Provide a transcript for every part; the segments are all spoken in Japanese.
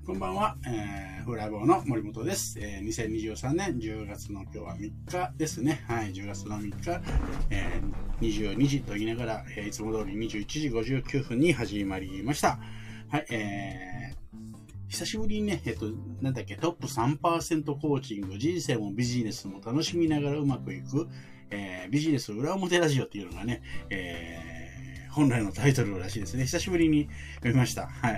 こんばんは、フラボーの森本です。2023年10月の今日は3日ですね。はい、10月の3日、22時と言いながら、いつも通り21時59分に始まりました。はい、久しぶりにね、なんだっけ、トップ 3% コーチング、人生もビジネスも楽しみながらうまくいく、ビジネス裏表ラジオっていうのがね、本来のタイトルらしいですね。久しぶりに読みました。はい。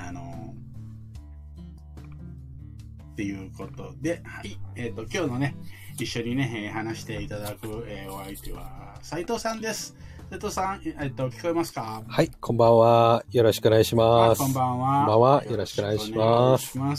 っていうことで、はい。今日のね、一緒にね、話していただく、お相手は、斉藤さんです。斉藤さん、聞こえますか？ はい、こんばんは。よろしくお願いします。 こんばんは。 こんばんは。よろしくお願いします。 はい。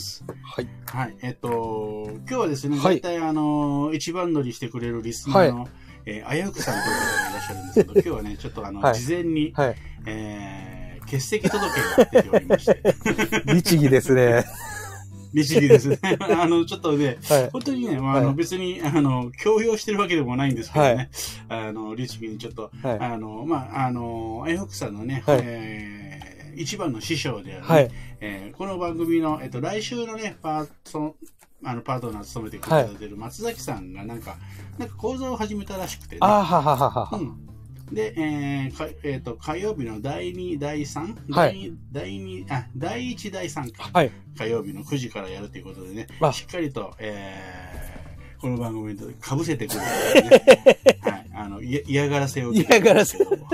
はい。今日はですね、大体一番乗りしてくれるリスナーの、あやふくさんという方がいらっしゃるんですけど、今日はね、ちょっと事前に、欠席届が出ておりまして。 律儀ですね。 律儀ですね。ちょっとね、本当にね、別に、強要してるわけでもないんですけどね、律儀にちょっと、あやふくさんのね、一番の師匠である、この番組の、来週のね、パートナーを務めてくれてる松崎さんがなんか講座を始めたらしくてね。で、火曜日の第2、第3、第1、第3か、火曜日の9時からやるということでね、しっかりと、この番組と被せてくるので、ね、嫌がらせを受けてるんですけども。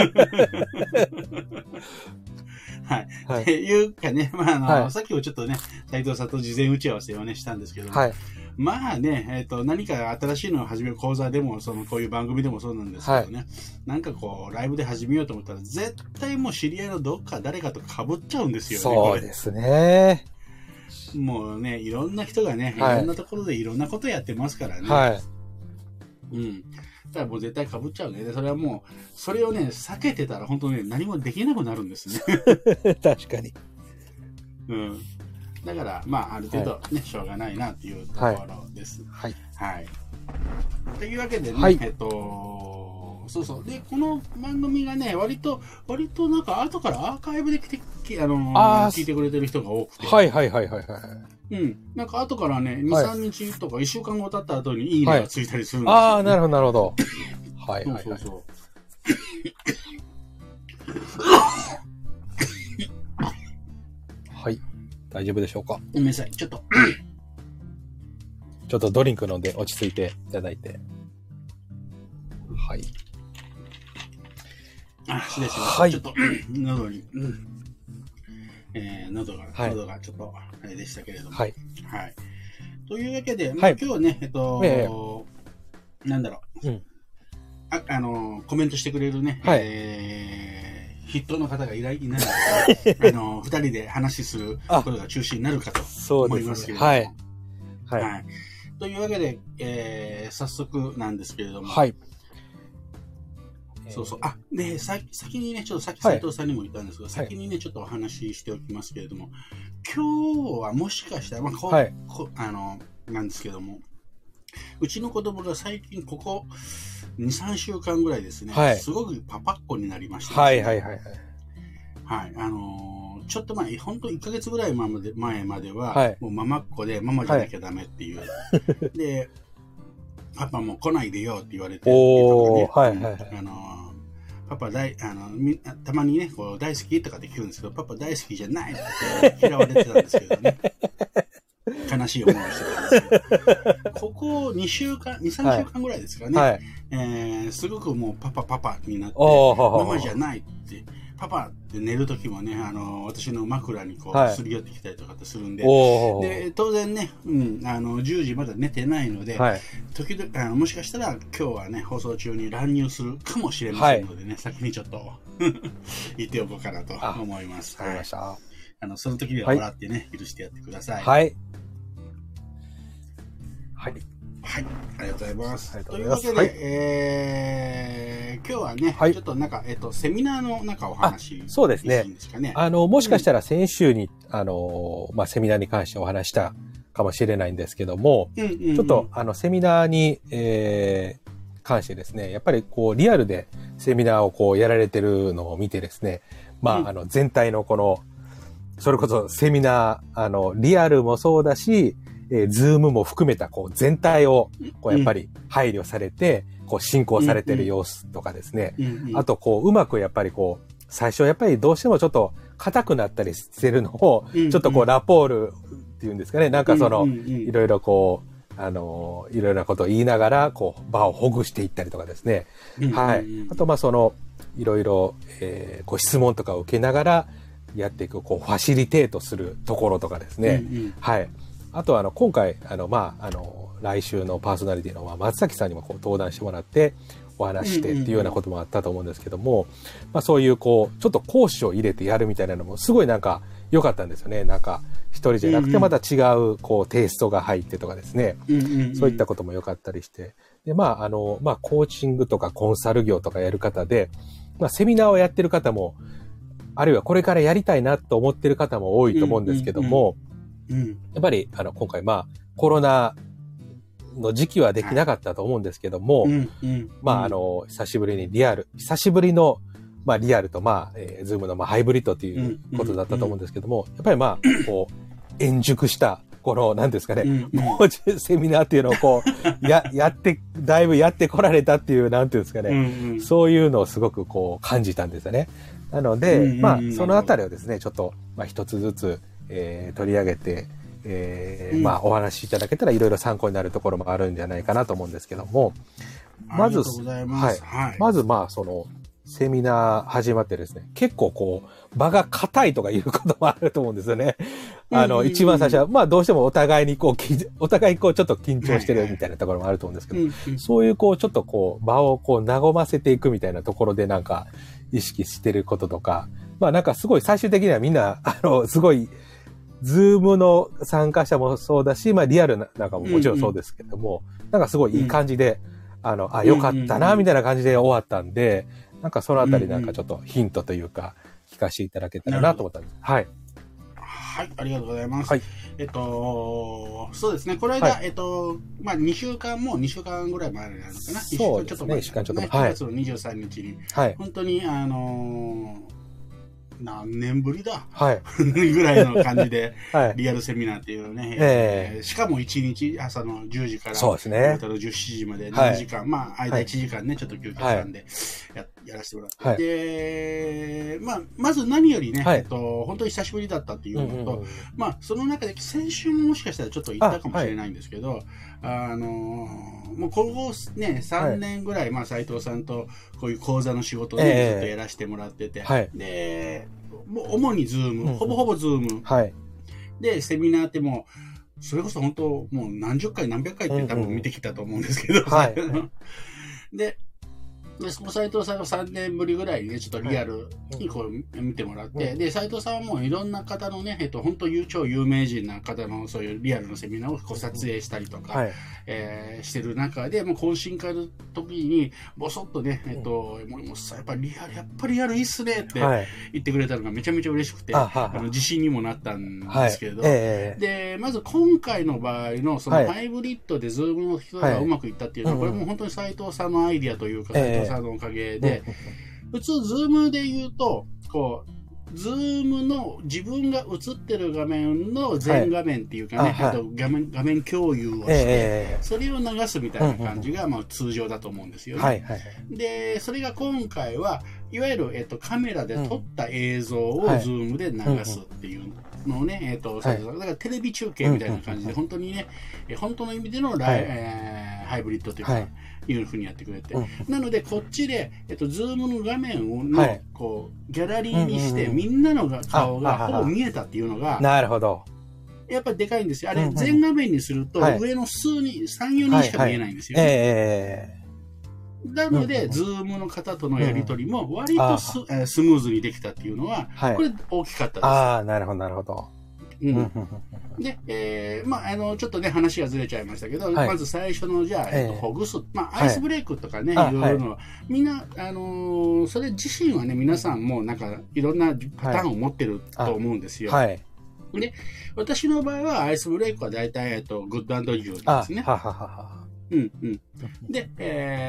はい。っていうかね、さっきもちょっとね、斉藤さんと事前打ち合わせをね、したんですけども、まあね、何か新しいのを始める講座でも、こういう番組でもそうなんですけどね、なんかこう、ライブで始めようと思ったら、絶対もう知り合いのどっか誰かと被っちゃうんですよね。 そうですね。 もうね、いろんな人がね、いろんなところでいろんなことやってますからね。うん。だからもう絶対被っちゃうね。で、それはもう、それをね、避けてたら本当にね、何もできなくなるんですね。 確かに。 うん。だから、ある程度ね、しょうがないなっていうところです。はい。というわけでね、そうそう。で、この番組がね、割となんか後からアーカイブで聞いてくれてる人が多くて。うん。なんか後からね、2、3日とか1週間後経った後にいいねがついたりするんですよ、ね。 ああ、なるほど、なるほど。 そう。 はい。大丈夫でしょうか？ ごめんなさい。ちょっとドリンク飲んで落ち着いていただいて。はい。 失礼しました。ちょっと、喉に、喉がちょっと、あれでしたけれども。というわけで、今日はね、なんだろう。コメントしてくれるね、筆頭の方がいないので、二人で話することが中心になるかと思いますけれども。というわけで、早速なんですけれども。そうそう。で、先にね、ちょっとさっき斉藤さんにも言ったんですけど、先にね、ちょっとお話ししておきますけれども、今日はもしかしたら、なんですけども、うちの子供が最近ここ2、3週間ぐらいですね、すごくパパっ子になりましてですね。ちょっと前、ほんと1ヶ月ぐらい前までは、もうママっ子でママじゃなきゃダメっていう。で、パパも来ないでよって言われて、パパたまにね、こう大好きとかって聞くんですけど、パパ大好きじゃないって嫌われてたんですけどね。悲しい思いをしてたんですけど、ここ2、3週間ぐらいですかね、すごくもうパパになって、ママじゃないって、パパって寝るときもね、私の枕にこう、すり寄ってきたりとかってするんで、で、当然ね、10時まだ寝てないので、時々、もしかしたら今日はね、放送中に乱入するかもしれませんのでね、先にちょっと言っておこうかなと思います。 わかりました。 その時には笑ってね、許してやってください。 はい。 ありがとうございます。というわけで、今日はね、ちょっとなんか、セミナーのなんかお話、 そうですね。もしかしたら先週に、セミナーに関してお話したかもしれないんですけども、ちょっと、セミナーに、関してですね、やっぱりこう、リアルでセミナーをこう、やられてるのを見てですね、全体のこの、 それこそセミナー、リアルもそうだし、ズームも含めた、こう、全体を、こう、やっぱり配慮されて、こう、進行されてる様子とかですね。あと、こう、うまくやっぱりこう、最初やっぱりどうしてもちょっと硬くなったりしてるのを、ちょっとこう、ラポールっていうんですかね。なんかその、いろいろこう、いろいろなことを言いながら、こう、場をほぐしていったりとかですね。はい。あと、まあ、その、いろいろ、こう、質問とかを受けながら、やっていく、こう、ファシリテートするところとかですね。はい。あと今回、来週のパーソナリティの松崎さんにもこう登壇してもらってお話してっていうようなこともあったと思うんですけども、まあそういうこう、ちょっと講師を入れてやるみたいなのもすごいなんか良かったんですよね。なんか一人じゃなくてまた違うこうテイストが入ってとかですね。そういったことも良かったりして。で、コーチングとかコンサル業とかやる方で、セミナーをやってる方も、あるいはこれからやりたいなと思ってる方も多いと思うんですけども、やっぱり、今回、コロナの時期はできなかったと思うんですけども、久しぶりに久しぶりの、リアルと、ズームの、ハイブリッドということだったと思うんですけども、やっぱりこう、円熟した、この、なんですかね、セミナーっていうのをこう、だいぶやってこられたっていう、なんていうんですかね、そういうのをすごくこう、感じたんですよね。なので、そのあたりをですね、ちょっと、一つずつ、取り上げて、お話しいただけたらいろいろ参考になるところもあるんじゃないかなと思うんですけども、まず、その、セミナー始まってですね、結構こう、場が硬いとかいうこともあると思うんですよね。一番最初は、どうしてもお互いこうちょっと緊張してるみたいなところもあると思うんですけど、そういうこう、ちょっとこう、場をこう、和ませていくみたいなところでなんか、意識してることとか、なんかすごい最終的にはみんな、すごい、ズームの参加者もそうだし、リアルなんかももちろんそうですけども、なんかすごいいい感じで、よかったな、みたいな感じで終わったんで、なんかそのあたりなんかちょっとヒントというか、聞かせていただけたらなと思ったんです。はい。 はい、ありがとうございます。 はい。 そうですね、この間、2週間ぐらい前なのかな。 そうですね、1週間ちょっと前。 9月の23日に、本当に、何年ぶりだ、ぐらいの感じで、リアルセミナーっていうのね、しかも1日朝の10時からそうですね、 17時まで7時間、間1時間ね、ちょっと休憩したんで、やらせてもらって、で、まず何よりね、本当に久しぶりだったっていうのと、その中で先週ももしかしたらちょっと言ったかもしれないんですけど、もう今後ね、3年ぐらい、斉藤さんとこういう講座の仕事をね、ずっとやらせてもらってて、で、もう主にズーム、ほぼほぼズーム。で、セミナーってもう、それこそ本当、もう何十回何百回って多分見てきたと思うんですけど、で、その斉藤さんが3年ぶりぐらいにね、ちょっとリアルにこう見てもらって、で、斉藤さんはもういろんな方のね、本当超有名人な方のそういうリアルのセミナーをこう撮影したりとか、してる中で、もう懇親会の時に、ぼそっとね、もうさ、やっぱりリアルいいっすねって言ってくれたのがめちゃめちゃ嬉しくて、自信にもなったんですけれど、で、まず今回の場合の、そのハイブリッドでズームの人がうまくいったっていうのは、これも本当に斉藤さんのアイディアというか、斉藤さんのおかげで、普通ズームで言うと、こう、ズームの自分が映ってる画面の全画面っていうかね、画面共有をして、それを流すみたいな感じが通常だと思うんですよね。で、それが今回はいわゆる、カメラで撮った映像をズームで流すっていうのをね、だからテレビ中継みたいな感じで、本当にね、本当の意味でのハイブリッドというか、いうふうにやってくれて、なのでこっちで、ズームの画面の、こうギャラリーにして、みんなの顔がほぼ見えたっていうのが、 なるほど、 やっぱりでかいんですよ。あれ、全画面にすると、上の3、4人しか見えないんですよね。なので、ズームの方とのやりとりも割とスムーズにできたっていうのは、これ大きかったです。 ああ、なるほど、なるほど。 で、ちょっとね、話がずれちゃいましたけど、まず最初の、じゃあ、ほぐす。アイスブレイクとかね、いろいろの、みんな、それ自身はね、皆さんもなんか、いろんなパターンを持ってると思うんですよ。で、私の場合は、アイスブレイクは大体、グッド&ユーですね。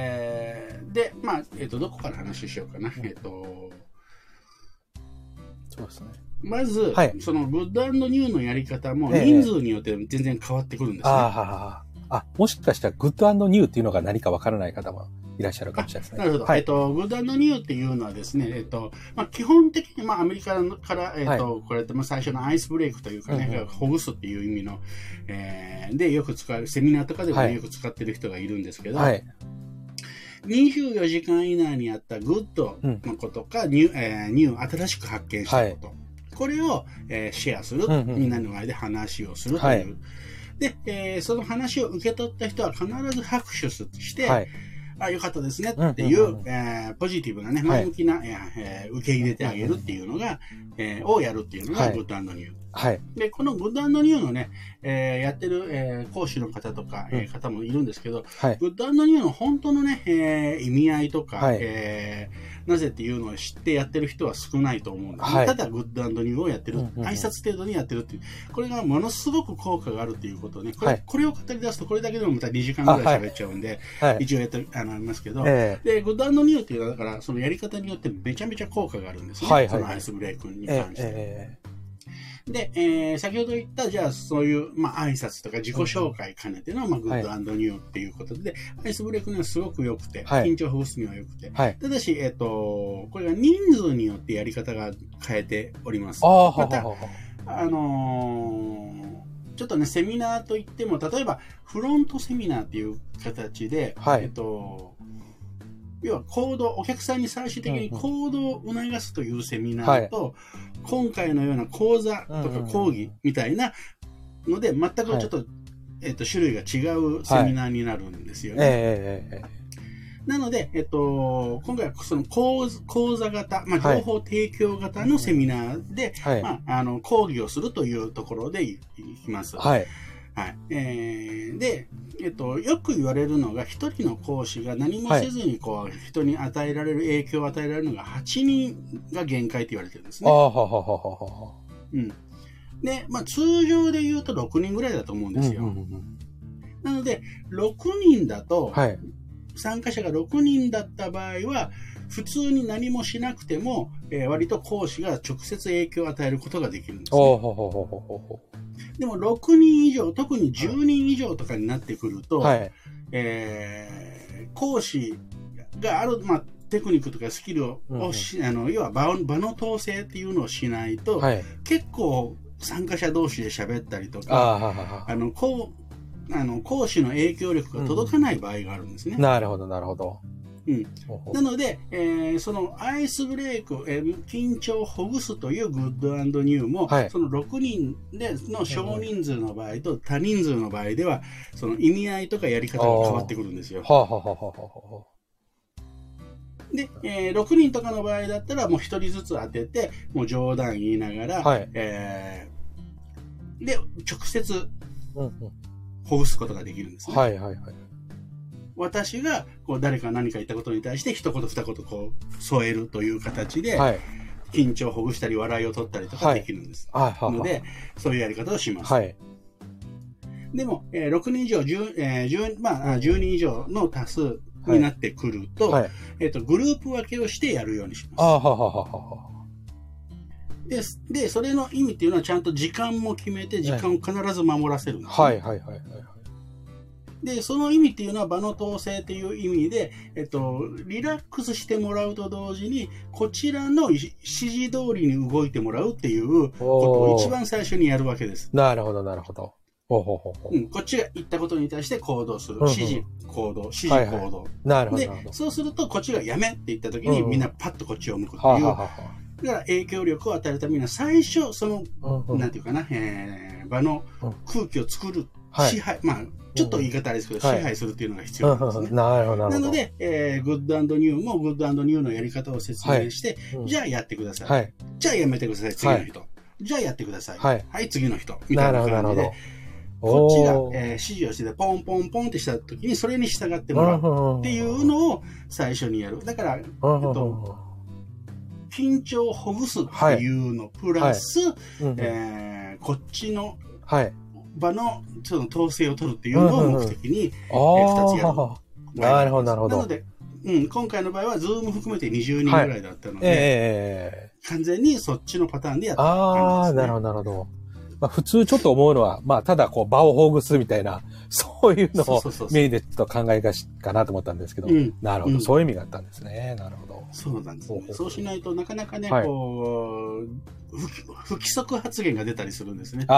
で、どこから話しようかな。 そうですね。 まず、はい、そのグッド&ニューのやり方も人数によって全然変わってくるんですね。 もしかしたらグッド&ニューっていうのが何かわからない方もいらっしゃるかもしれないですね。 なるほど。はい、グッド&ニューっていうのはですね、基本的に、アメリカから、これって、最初のアイスブレイクというかね、ほぐすっていう意味の、で、よく使う、セミナーとかでもよく使ってる人がいるんですけど、24時間以内にあったグッドのことか、ニュー、新しく発見したこと。これを、シェアする。みんなの前で話をするという。で、その話を受け取った人は必ず拍手して、よかったですねっていう、ポジティブなね、前向きな、受け入れてあげるっていうのが、をやるっていうのがグッド&ニュー。で、このグッド&ニューのね、やってる、講師の方とか、方もいるんですけど、グッド&ニューの本当のね、意味合いとか、なぜっていうのを知ってやってる人は少ないと思うんです、ただ、グッド&ニューをやってる、挨拶程度にやってるっていう、これがものすごく効果があるっていうことね、これを語り出すと、これだけでもまた2時間ぐらい喋っちゃうんで、一応やってる、ありますけど、で、グッド&ニューっていうのは、だから、そのやり方によってめちゃめちゃ効果があるんですね、そのアイスブレイクに関して。で、先ほど言った、じゃあ、そういう、挨拶とか自己紹介兼ねての、グッド&ニューっていうことで、アイスブレイクにはすごく良くて、緊張をほぐすには良くて、ただし、これが人数によってやり方が変えております。また、ちょっとね、セミナーといっても、例えば、フロントセミナーっていう形で、要は行動、お客さんに最終的に行動を促すというセミナーと、今回のような講座とか講義みたいなので、全くちょっと、種類が違うセミナーになるんですよね。なので、今回はその講座型、情報提供型のセミナーで、講義をするというところでいきます。で、よく言われるのが、一人の講師が何もせずに人に与えられる、影響を与えられるのが8人が限界と言われてるんですね。で、通常で言うと6人ぐらいだと思うんですよ。なので、6人だと、参加者が6人だった場合は、普通に何もしなくても、割と講師が直接影響を与えることができるんですね。でも6人以上、特に10人以上とかになってくると、講師がある、テクニックとかスキルを、要は場の統制っていうのをしないと、結構参加者同士で喋ったりとか、講師の影響力が届かない場合があるんですね。 なるほど、なるほど。 なので、そのアイスブレイク、緊張をほぐすというグッド&ニューも、その6人での少人数の場合と多人数の場合では、その意味合いとかやり方が変わってくるんですよ。で、6人とかの場合だったら、もう1人ずつ当てて、もう冗談言いながら、で、直接、ほぐすことができるんですね。私が誰か何か言ったことに対して一言二言添えるという形で、緊張をほぐしたり笑いを取ったりとかできるんです。ので、そういうやり方をします。でも、6人以上、10人以上の多数になってくると、グループ分けをしてやるようにします。で、それの意味っていうのはちゃんと時間も決めて、時間を必ず守らせるんです、ね。で、その意味っていうのは場の統制っていう意味で、リラックスしてもらうと同時に、こちらの指示通りに動いてもらうっていうことを一番最初にやるわけです。 なるほど、なるほど。 こっちが言ったことに対して行動する。指示、行動、指示、行動。 なるほど。 で、そうすると、こっちがやめって言った時に、みんなパッとこっちを向くっていう。だから影響力を与えるためには、最初、その、なんていうかな、場の空気を作る支配、ちょっと言い方あれですけど、支配するっていうのが必要なんですね。 なるほど。 なので、グッド&ニューもグッド&ニューのやり方を説明して、じゃあやってください。じゃあやめてください、次の人。じゃあやってください。はい、次の人。みたいな感じで、こっちが指示をして、ポンポンポンってした時に、それに従ってもらうっていうのを最初にやる。だから、緊張をほぐすっていうの、プラス、こっちの場のその統制を取るっていうのを目的に、2つやる。 なるほど、なるほど。 なので、今回の場合は、ズーム含めて20人ぐらいだったので、 完全にそっちのパターンでやってる感じですね。なるほど、なるほど。まあ、普通ちょっと思うのは、まあ、ただこう、場をほぐすみたいな、そういうのをメインでちょっと考えがちかなと思ったんですけど、なるほど、そういう意味があったんですね。なるほど。 そうなんですね。そうしないとなかなかね、こう、不規則発言が出たりするんですね。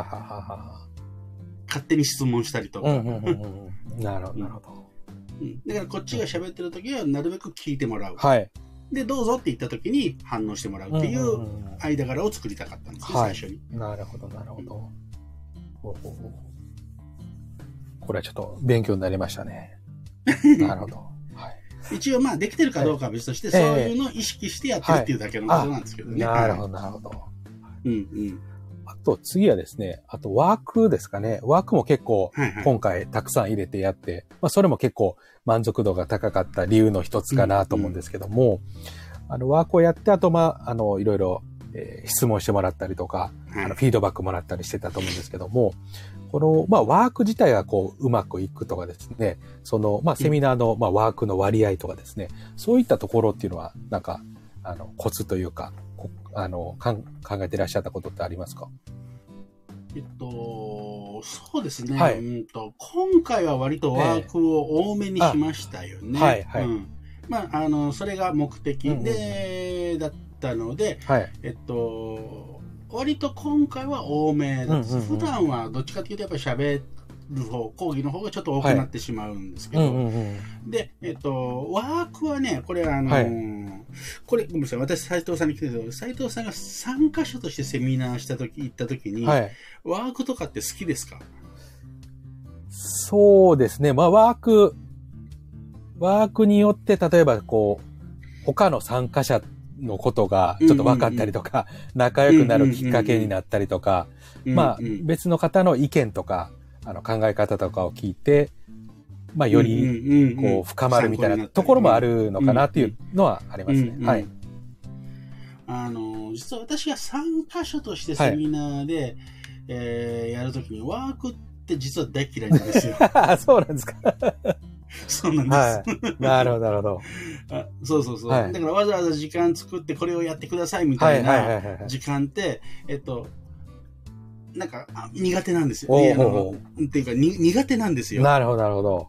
勝手に質問したりとか。 なるほど、なるほど。 だからこっちが喋ってる時はなるべく聞いてもらう。 はい。 で、どうぞって言った時に反応してもらうっていう間柄を作りたかったんですね、最初に。 なるほど、なるほど。これはちょっと勉強になりましたね。なるほど。 一応まあできてるかどうかは別として、そういうのを意識してやってるっていうだけのことなんですけどね。 なるほど、なるほど。あと次はですね、あとワークですかね。ワークも結構今回たくさん入れてやって、まあそれも結構満足度が高かった理由の一つかなと思うんですけども、ワークをやって、あとまあ、いろいろ、質問してもらったりとか、フィードバックもらったりしてたと思うんですけども、この、まあ、ワーク自体がこう、うまくいくとかですね、その、まあ、セミナーの、まあ、ワークの割合とかですね、そういったところっていうのは、なんか、コツというか、考えていらっしゃったことってありますか？ そうですね。今回は割とワークを多めにしましたよね。まあ、それが目的で、だったので、割と今回は多めです。普段はどっちかというとやっぱり喋る方、講義の方がちょっと多くなってしまうんですけど、で、ワークはね、これこれ、ごめんなさい、私、斉藤さんに来てるけど、斉藤さんが参加者としてセミナー行った時に、ワークとかって好きですか？ そうですね。まあ、ワークによって、例えば、こう、他の参加者のことがちょっと分かったりとか、仲良くなるきっかけになったりとか、まあ、別の方の意見とか、考え方とかを聞いて、まあ、より、こう、深まるみたいなところもあるのかなっていうのはありますね。はい。 実は私が参加者としてセミナーで、やるときに、ワークって実は大嫌いなんですよ。 そうなんですか。 そうなんです。 なるほど、なるほど。 そうそうそう。だからわざわざ時間作ってこれをやってくださいみたいな時間って、なんか苦手なんですよ。っていうか苦手なんですよ。 なるほど、なるほど。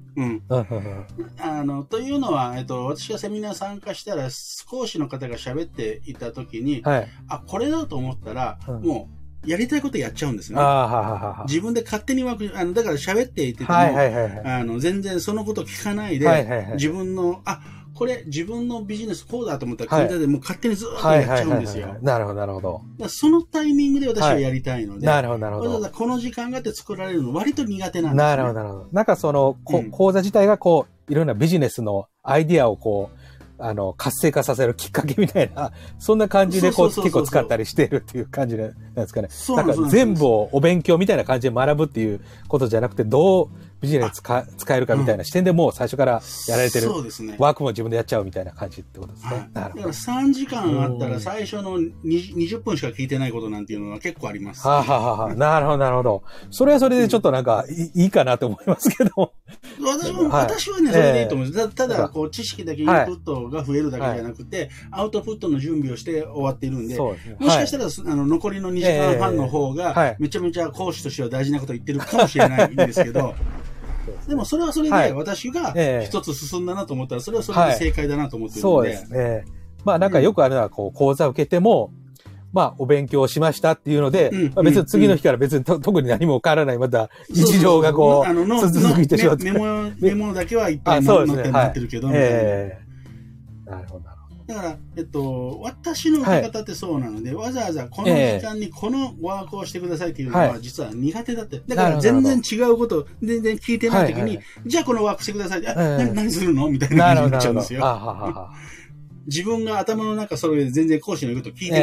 というのは、私がセミナー参加したら、講師の方が喋っていたときに、これだと思ったら、もう、やりたいことやっちゃうんですね。自分で勝手にだから喋っていてても、全然そのこと聞かないで、自分の、これ自分のビジネスこうだと思ったら、組み立てでもう勝手にずっとやっちゃうんですよ。 なるほど、なるほど。 そのタイミングで私はやりたいので、 なるほど、なるほど。 わざわざこの時間があって作られるの割と苦手なんですね。 なるほど、なるほど。なんかその、講座自体がこう、いろんなビジネスのアイディアをこう、活性化させるきっかけみたいな、そんな感じでこう結構使ったりしているっていう感じなんですかね。なんか全部をお勉強みたいな感じで学ぶっていうことじゃなくて、どうビジネス使えるかみたいな視点でもう最初からやられてる。そうですね。ワークも自分でやっちゃうみたいな感じってことですね。 だから3時間あったら最初の20分しか聞いてないことなんていうのは結構あります。 なるほど、なるほど。それはそれでちょっとなんかいいかなと思いますけど。 私はね、それでいいと思うんです。ただ、こう、知識だけインプットが増えるだけじゃなくて、アウトプットの準備をして終わっているんで、もしかしたら、残りの2時間半の方が、めちゃめちゃ講師としては大事なことを言ってるかもしれないんですけど、でもそれはそれで、私が一つ進んだなと思ったら、それはそれで正解だなと思ってるので。 そうですね。まあなんかよくあるのは、こう、講座を受けても、まあ、お勉強しましたっていうので、別に次の日から別に特に何も変わらない、また日常がこう、続いてしまって。 メモだけはいっぱい載ってるけど、なるほど。だから、私の受け方ってそうなので、わざわざこの時間にこのワークをしてくださいっていうのは実は苦手だって。だから全然違うことを全然聞いてない時に、じゃあこのワークしてくださいって、何するのみたいな感じになっちゃうんですよ。自分が頭の中それで全然講師の言うこと聞いてない。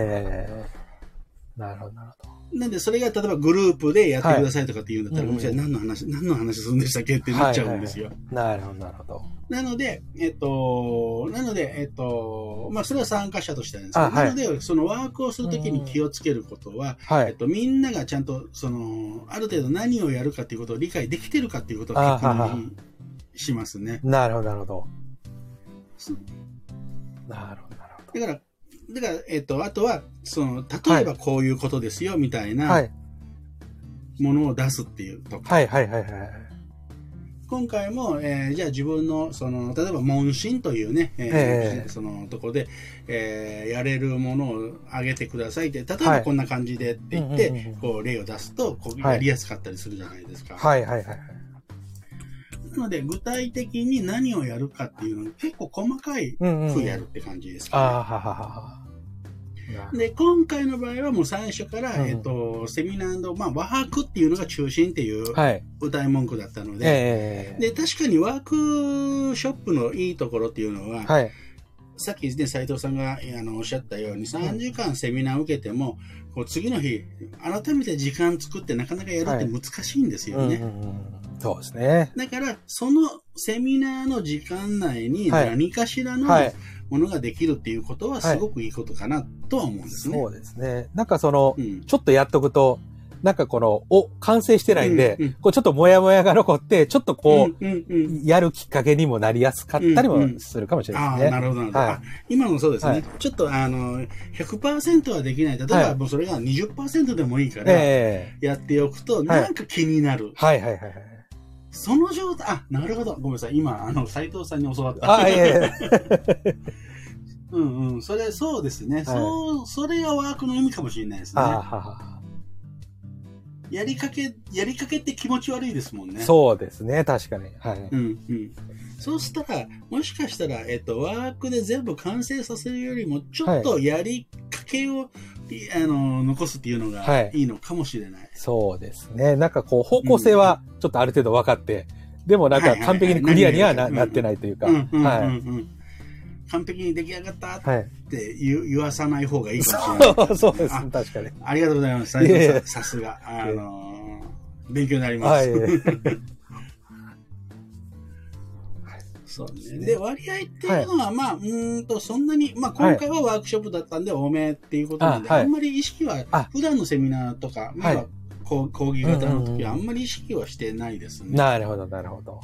なるほど、なるほど。 なんで、それが例えばグループでやってくださいとかって言うんだったら、ごめんなさい、何の話するんでしたっけってなっちゃうんですよ。 なるほど、なるほど。 なので、まあ、それは参加者としてなんですけど、なので、そのワークをするときに気をつけることは、みんながちゃんと、ある程度何をやるかっていうことを理解できてるかっていうことを確認しますね。 なるほど、なるほど。なるほど、なるほど。 だから、 だから、あとは、例えばこういうことですよ、みたいな、ものを出すっていうとか。 はいはいはいはい。 今回も、じゃあ自分の、例えば問診というね、そのところで、やれるものをあげてくださいって、例えばこんな感じでって言って、こう、例を出すと、こう、やりやすかったりするじゃないですか。 はいはいはい。 なので、具体的に何をやるかっていうのを結構細かいくやるって感じですかね。 ああ、ははは。 で、今回の場合はもう最初から、セミナーの、ワークっていうのが中心っていう歌い文句だったので、で、確かにワークショップのいいところっていうのは、さっきね、斉藤さんがおっしゃったように、3時間セミナー受けても、こう次の日、改めて時間作ってなかなかやるって難しいんですよね。 そうですね。 だから、そのセミナーの時間内に何かしらのものができるっていうことはすごくいいことかなとは思うんですね。 そうですね。なんかちょっとやっとくと、なんか完成してないんで、こうちょっとモヤモヤが残って、ちょっとこう、やるきっかけにもなりやすかったりもするかもしれないですね。 なるほど、なるほど。今もそうですね。ちょっと100% はできない。例えばもうそれが 20% でもいいから、やっておくと、なんか気になる。 はいはいはい。その状態、なるほど。ごめんなさい。今、斉藤さんに教わった。そうですね。それがワークの意味かもしれないですね。やりかけって気持ち悪いですもんね。 そうですね。確かに。はい。 そうしたら、もしかしたら、ワークで全部完成させるよりも、ちょっとやりかけを、残すっていうのがいいのかもしれない。 そうですね。なんかこう、方向性はちょっとある程度分かって、でもなんか完璧にクリアにはなってないというか。 完璧に出来上がったって言わさない方がいいかもしれない。 そうですね。確かに。 ありがとうございます。斉藤さん、さすが。勉強になります。そうね。で、割合っていうのは、そんなに、今回はワークショップだったんで多めっていうことなんで、あんまり意識は、普段のセミナーとか、講義型の時はあんまり意識はしてないですね。 なるほど、なるほど。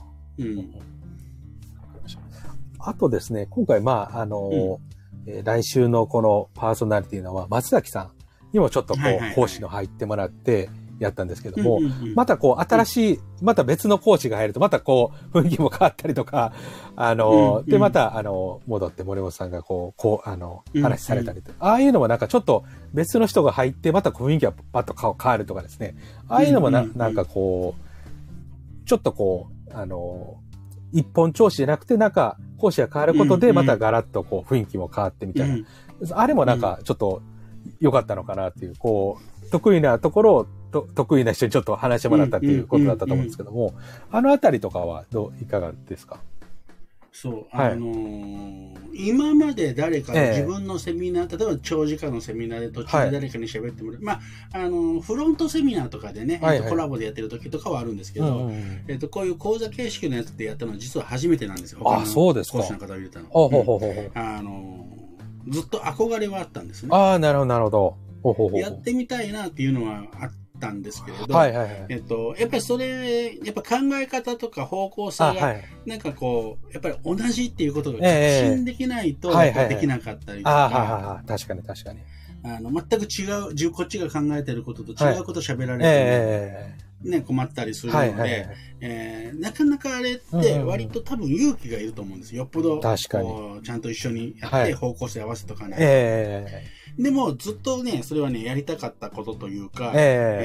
あとですね、今回、来週のこのパーソナリティの松崎さんにもちょっと講師の入ってもらって、やったんですけども、また新しい、また別の講師が入ると、また雰囲気も変わったりとか、で、また、戻って森本さんが話されたりと。ああいうのもなんかちょっと別の人が入って、また雰囲気がパッと変わるとかですね。ああいうのもなんかちょっと一本調子じゃなくて、なんか、講師が変わることで、またガラッと雰囲気も変わってみたいな。あれもなんか、ちょっと良かったのかなっていう、得意なところを得意な人にちょっと話してもらったっていうことだったと思うんですけども、あのあたりとかはいかがですか？ そう、今まで誰か自分のセミナー、例えば長時間のセミナーで途中で誰かに喋ってもらう。フロントセミナーとかでね、コラボでやってる時とかはあるんですけど、こういう講座形式のやつでやったのは実は初めてなんですよ。 そうですか。 講師の方を入れたの。ずっと憧れはあったんですね。 なるほど、なるほど。 やってみたいなっていうのはあったんですけれど、やっぱりそれ、やっぱ考え方とか方向性が、なんかやっぱり同じっていうことが確信できないとできなかったりとか、 確かに確かに。 全く違う、こっちが考えてることと違うこと喋られて、困ったりするので、なかなかあれって割と多分勇気がいると思うんですよ。よっぽど、ちゃんと一緒にやって方向性合わせとかないと。でもずっとね、それはね、やりたかったことというか、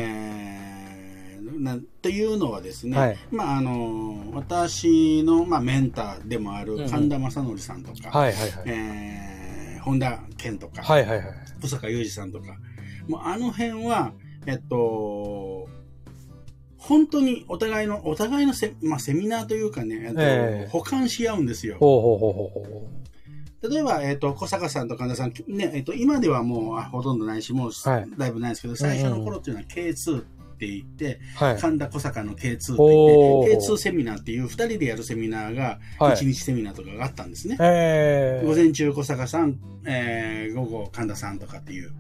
っていうのはですね、私の、メンターでもある神田正則さんとか、本田健とか、小坂雄二さんとか、もうあの辺は、本当にお互いのセミナーというかね、補完し合うんですよ。例えば、小坂さんと神田さん、ね、今ではもうほとんどないし、もうだいぶないですけど、最初の頃っていうのは K2 って言って、神田小坂の K2 って言って、K2 セミナーっていう2人でやるセミナーが、1日セミナーとかがあったんですね。午前中小坂さん、午後神田さんとかっていう。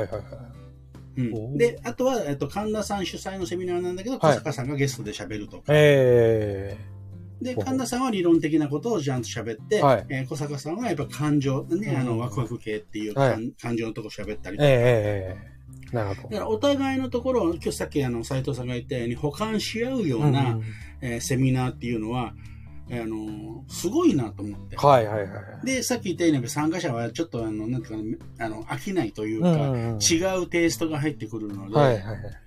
で、あとは、神田さん主催のセミナーなんだけど、小坂さんがゲストで喋るとか。 で、神田さんは理論的なことをちゃんと喋って、小坂さんはやっぱ感情、ね、ワクワク系っていう感情のとこ喋ったりとか。 なるほど。 だからお互いのところを、今日さっき斉藤さんが言ったように補完し合うような、セミナーっていうのは、すごいなと思って。で、さっき言ったように参加者はちょっとなんていうか飽きないというか、違うテイストが入ってくるので、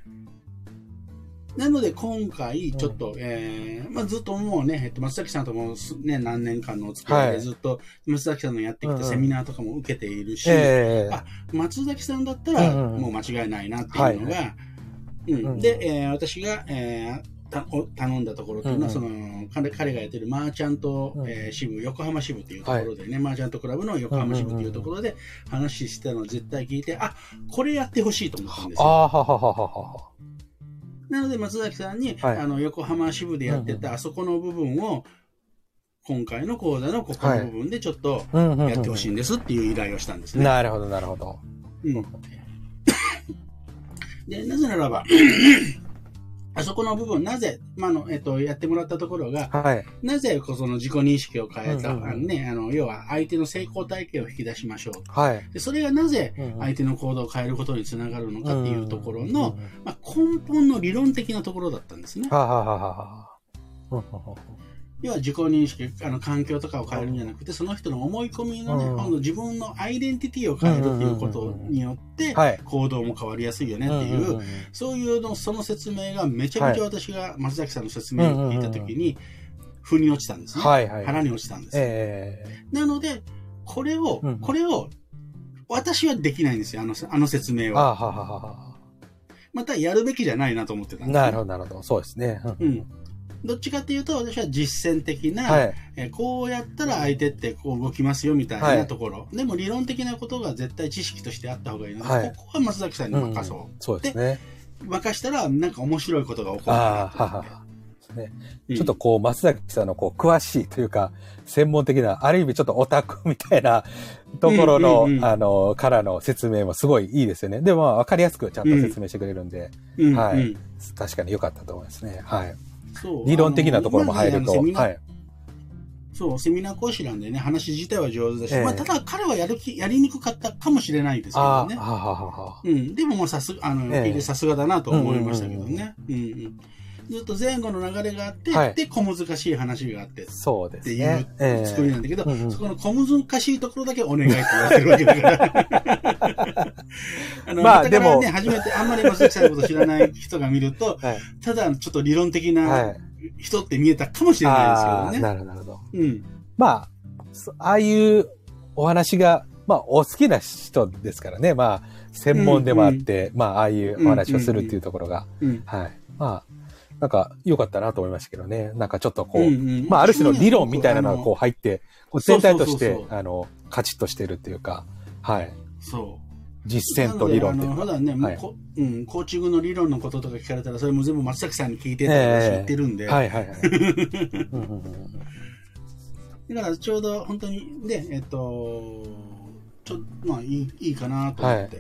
なので今回ちょっと、ずっともうね、松崎さんともね、何年間のお付き合いでずっと松崎さんのやってきたセミナーとかも受けているし、松崎さんだったらもう間違いないなっていうのが、で、私が、頼んだところっていうのは、彼がやってるマーチャント、支部、横浜支部っていうところでね、マーチャントクラブの横浜支部っていうところで話してたのを絶対聞いて、これやってほしいと思ったんですよ。なので、松崎さんに、横浜支部でやってたあそこの部分を、今回の講座のここの部分でちょっとやってほしいんですっていう依頼をしたんですね。 なるほど、なるほど。 で、なぜならば、あそこの部分、なぜ、やってもらったところが、なぜその自己認識を変えた、要は相手の成功体験を引き出しましょう。でそれがなぜ相手の行動を変えることにつながるのかっていうところの、根本の理論的なところだったんですね。要は自己認識、環境とかを変えるんじゃなくて、その人の思い込みのね、今度自分のアイデンティティを変えるっていうことによって、行動も変わりやすいよねっていう、そういうその説明がめちゃめちゃ私が松崎さんの説明を聞いたときに、腑に落ちたんですね。腹に落ちたんです。なので、これを、私はできないんですよ、あの説明は。またやるべきじゃないなと思ってたんです。 なるほど、なるほど。そうですね。 どっちかっていうと、私は実践的な、こうやったら相手ってこう動きますよみたいなところ。でも理論的なことが絶対知識としてあった方がいいので、ここは松崎さんに任そう。 そうですね。 任したら、なんか面白いことが起こるかなと思って。 ちょっとこう、松崎さんのこう、詳しいというか、専門的な、ある意味ちょっとオタクみたいなところの、からの説明もすごいいいですよね。でも、わかりやすくちゃんと説明してくれるんで、確かに良かったと思いますね。理論的なところも入ると。 そう、セミナー講師なんでね、話自体は上手だし、ただ彼はやりにくかったかもしれないですけどね。でももうさすがだなと思いましたけどね。ずっと前後の流れがあって、で、小難しい話があって、っていう作りなんだけど、そこの小難しいところだけお願いって言われてるわけだから。でも、初めてあんまり松崎さんのこと知らない人が見ると、ただちょっと理論的な人って見えたかもしれないですけどね。 なるほど。ああいうお話が、お好きな人ですからね。専門でもあって、ああいうお話をするっていうところが、なんか良かったなと思いましたけどね。なんかちょっとこう、ある種の理論みたいなのがこう入って、全体として、カチッとしてるっていうか、実践と理論っていうのは。普段ね、コーチングの理論のこととか聞かれたら、それも全部松崎さんに聞いてって知ってるんで。だからちょうど本当に、ね、いいかなと思って。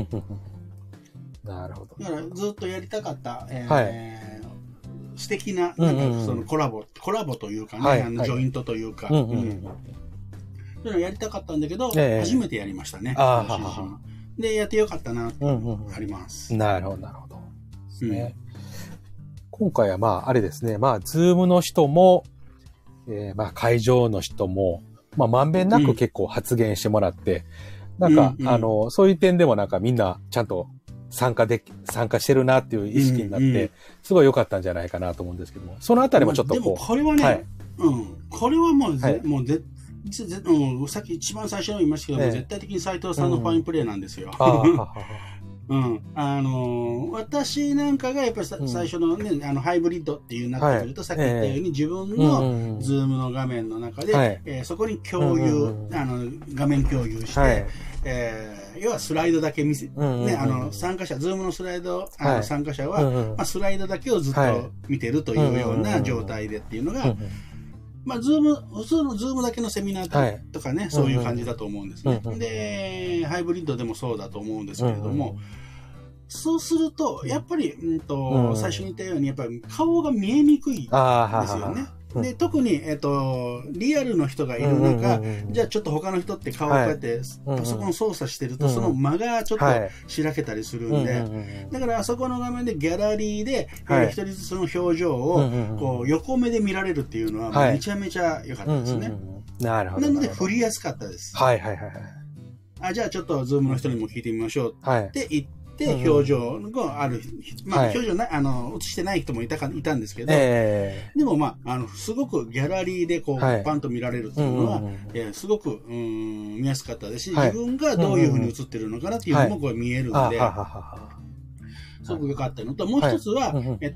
なるほど。 だからずっとやりたかった、素敵な、なんかそのコラボというかね、ジョイントというか、そういうのやりたかったんだけど、初めてやりましたね。で、やってよかったな、あります。 なるほど、なるほど。今回はあれですね、ズームの人も、会場の人も、まんべんなく結構発言してもらって、なんか、そういう点でもなんかみんなちゃんと参加してるなっていう意識になって、すごい良かったんじゃないかなと思うんですけども、そのあたりもちょっとこう。 でもこれはね、これはもうさっき一番最初に言いましたけども、絶対的に斉藤さんのファインプレーなんですよ。私なんかがやっぱり最初のね、ハイブリッドっていうなってくると、さっき言ったように自分のズームの画面の中で、そこに共有、画面共有して、要はスライドだけ見せ、参加者、ズームのスライド、参加者は、スライドだけをずっと見てるというような状態でっていうのが、普通のズームだけのセミナーとかね、そういう感じだと思うんですね。で、ハイブリッドでもそうだと思うんですけれども、そうすると、やっぱり、最初に言ったように、やっぱり顔が見えにくいですよね。 で、特に、リアルの人がいる中、じゃあちょっと他の人って顔をこうやって、パソコン操作してると、その間がちょっとしらけたりするんで、だからあそこの画面でギャラリーで、一人ずつその表情を、こう、横目で見られるっていうのは、めちゃめちゃ良かったですね。 なるほど。 なので、振りやすかったです。 はいはいはい。 じゃあちょっと、ズームの人にも聞いてみましょうって言って、表情がある、表情映してない人もいたんですけど、でもすごくギャラリーでこう、パンと見られるっていうのは、すごく、見やすかったですし、自分がどういうふうに映ってるのかなっていうのもこう見えるんで、すごく良かったのと、もう一つは、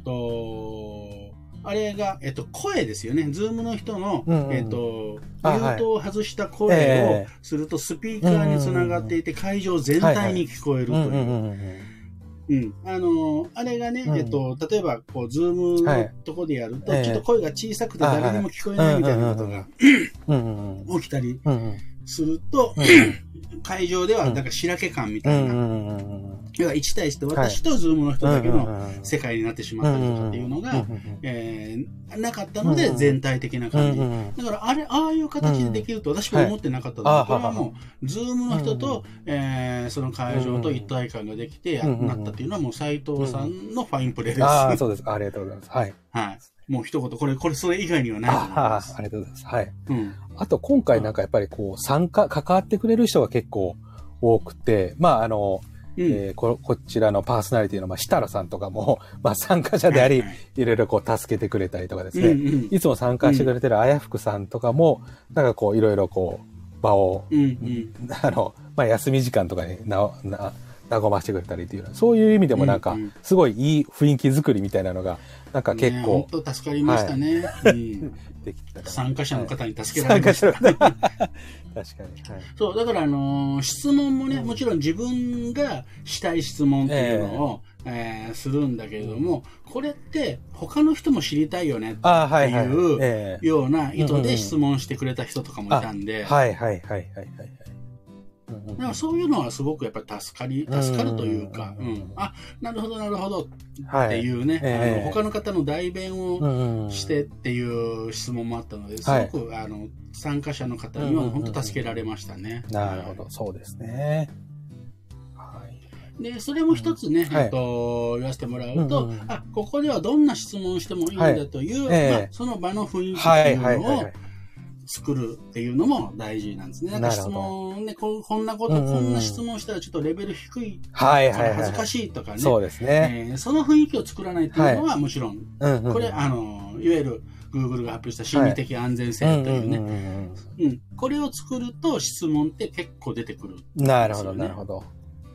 あれが、声ですよね。ズームの人の、ミュートを外した声をすると、スピーカーにつながっていて、会場全体に聞こえるという。あれがね、例えば、こう、ズームのとこでやると、ちょっと声が小さくて誰にも聞こえないみたいなことが起きたりすると、会場では、なんかしらけ感みたいな。要は1対1で私とズームの人だけの世界になってしまったりとかっていうのが、なかったので全体的な感じ。だからああいう形でできると私も思ってなかったので、これはもう、ズームの人と、その会場と一体感ができてなったっていうのはもう斉藤さんのファインプレーです。 ああ、そうです。ありがとうございます。はい。 はい。もう一言、これそれ以外にはないと思います。 ありがとうございます。はい。あと今回なんかやっぱりこう関わってくれる人が結構多くて、こちらのパーソナリティの、設楽さんとかも、参加者であり、いろいろこう助けてくれたりとかですね、いつも参加してくれてるあやふくさんとかも、なんかこういろいろこう、場を、休み時間とかに和ましてくれたりっていう、そういう意味でもなんか、すごいいい雰囲気作りみたいなのが、なんか結構。 本当助かりましたね。参加者の方に助けられました。確かに。そう、だから質問もね、もちろん自分がしたい質問っていうのを、するんだけれども、これって他の人も知りたいよねっていうような意図で質問してくれた人とかもいたんで。だからそういうのはすごくやっぱり助かるというか、なるほどなるほどっていうね、他の方の代弁をしてっていう質問もあったので、すごく参加者の方には本当助けられましたね。 なるほど、そうですね。 で、それも一つね、言わせてもらうと、ここではどんな質問をしてもいいんだという、その場の雰囲気っていうのを作るっていうのも大事なんですね。なんか質問ね、こんな質問したらちょっとレベル低いから恥ずかしいとかね。 そうですね。 その雰囲気を作らないっていうのはもちろん、これ、いわゆる Google が発表した心理的安全性というね。これを作ると質問って結構出てくる。 なるほど、なるほど。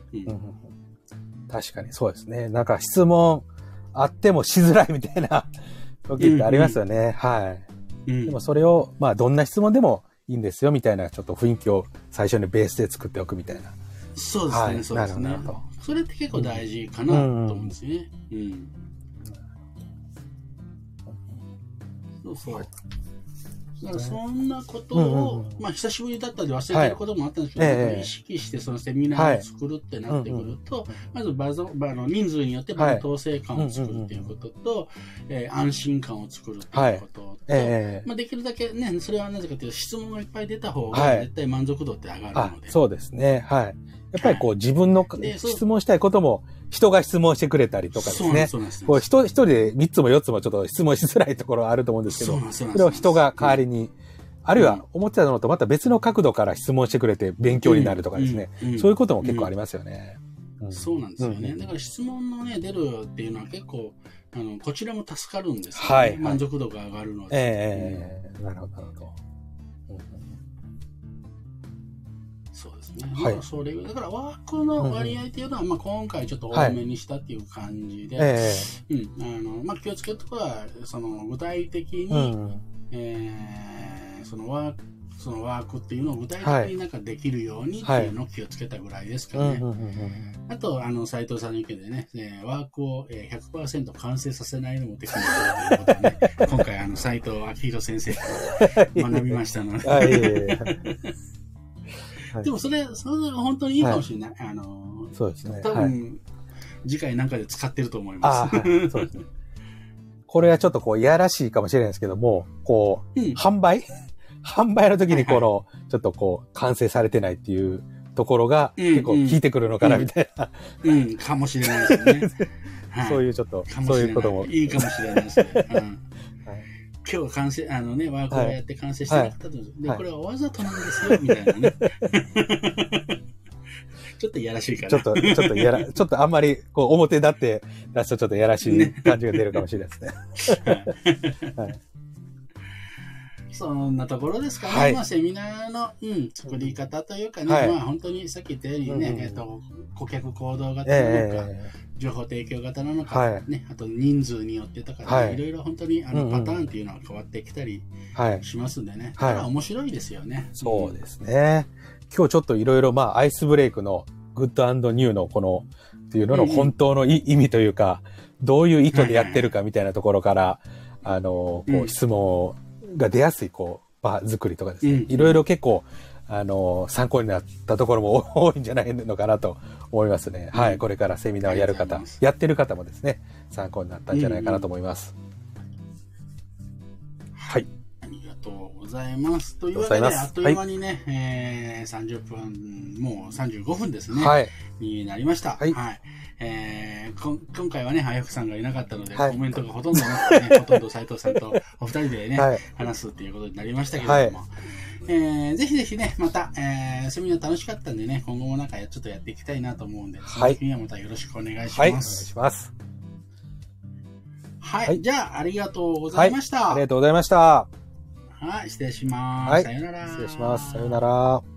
確かにそうですね。なんか質問あってもしづらいみたいな時ってありますよね。はい。でもそれを、どんな質問でもいいんですよみたいなちょっと雰囲気を最初にベースで作っておくみたいな。 そうですね、そうですね。それって結構大事かなと思うんですよね。そうそう。だからそんなことを、久しぶりだったんで忘れてることもあったんですけど、意識してそのセミナーを作るってなってくると、まず人数によって場の統制感を作るっていうことと、安心感を作るっていうことと、できるだけね、それはなぜかというと質問がいっぱい出た方が絶対満足度って上がるので。 そうですね。はい。やっぱりこう自分の質問したいことも人が質問してくれたりとかですね。こう一人で3つも4つもちょっと質問しづらいところはあると思うんですけど、それを人が代わりに、あるいは思ってたのとまた別の角度から質問してくれて勉強になるとかですね。そういうことも結構ありますよね。 そうなんですよね。だから質問のね、出るっていうのは結構、こちらも助かるんですよね。満足度が上がるので。 なるほど、なるほど。 そうですね。それだからワークの割合っていうのは、今回ちょっと多めにしたっていう感じで、気をつけるところは、具体的に、そのワークっていうのを具体的になんかできるようにっていうのを気をつけたぐらいですかね。あと、斉藤さんの意見でね、ワークを 100% 完成させないのもできるということでね、今回斉藤明宏先生から学びましたので。でもそれは本当にいいかもしれない。 そうですね。 多分、次回なんかで使ってると思います。 そうですね。 これはちょっとこう、いやらしいかもしれないですけども、こう、販売の時にこの、ちょっとこう、完成されてないっていうところが、結構効いてくるのかな、みたいな。 かもしれないですね。 そういうちょっと、そういうことも。 いいかもしれないですね。今日完成、ワークをやって完成してなかったと思うんです。で、これはわざとなんですよ、みたいなね。ちょっといやらしいかな。ちょっとあんまり、こう、表立って出すとちょっといやらしい感じが出るかもしれないですね。はい。 そんなところですかね。まあ、セミナーの、作り方というかね、まあ、本当にさっき言ったようにね、顧客行動型なのか、情報提供型なのか、ね、あと人数によってとかね、いろいろ本当にパターンっていうのは変わってきたりしますんでね。だから面白いですよね。 そうですね。今日ちょっといろいろまあアイスブレイクのグッド&ニューのこのっていうのの本当の意味というか、どういう意図でやってるかみたいなところから、こう質問が出やすいこう場作りとかですね。いろいろ結構参考になったところも多いんじゃないのかなと思いますね。はい。これからセミナーをやる方、やってる方もですね、参考になったんじゃないかなと思います。はい。 ありがとうございます。というわけで、あっという間にね、30分、もう35分ですね。はい。になりました。はい。今回はね、あやふさんがいなかったので、コメントがほとんどなくてね、ほとんど斉藤さんとお二人でね、話すっていうことになりましたけれども、ぜひぜひね、また、セミナー楽しかったんでね、今後もなんかちょっとやっていきたいなと思うんで、その時にはまたよろしくお願いします。はい、お願いします。 はい。じゃあ、ありがとうございました。 ありがとうございました。 はい、失礼します。さよなら。 失礼します。さよなら。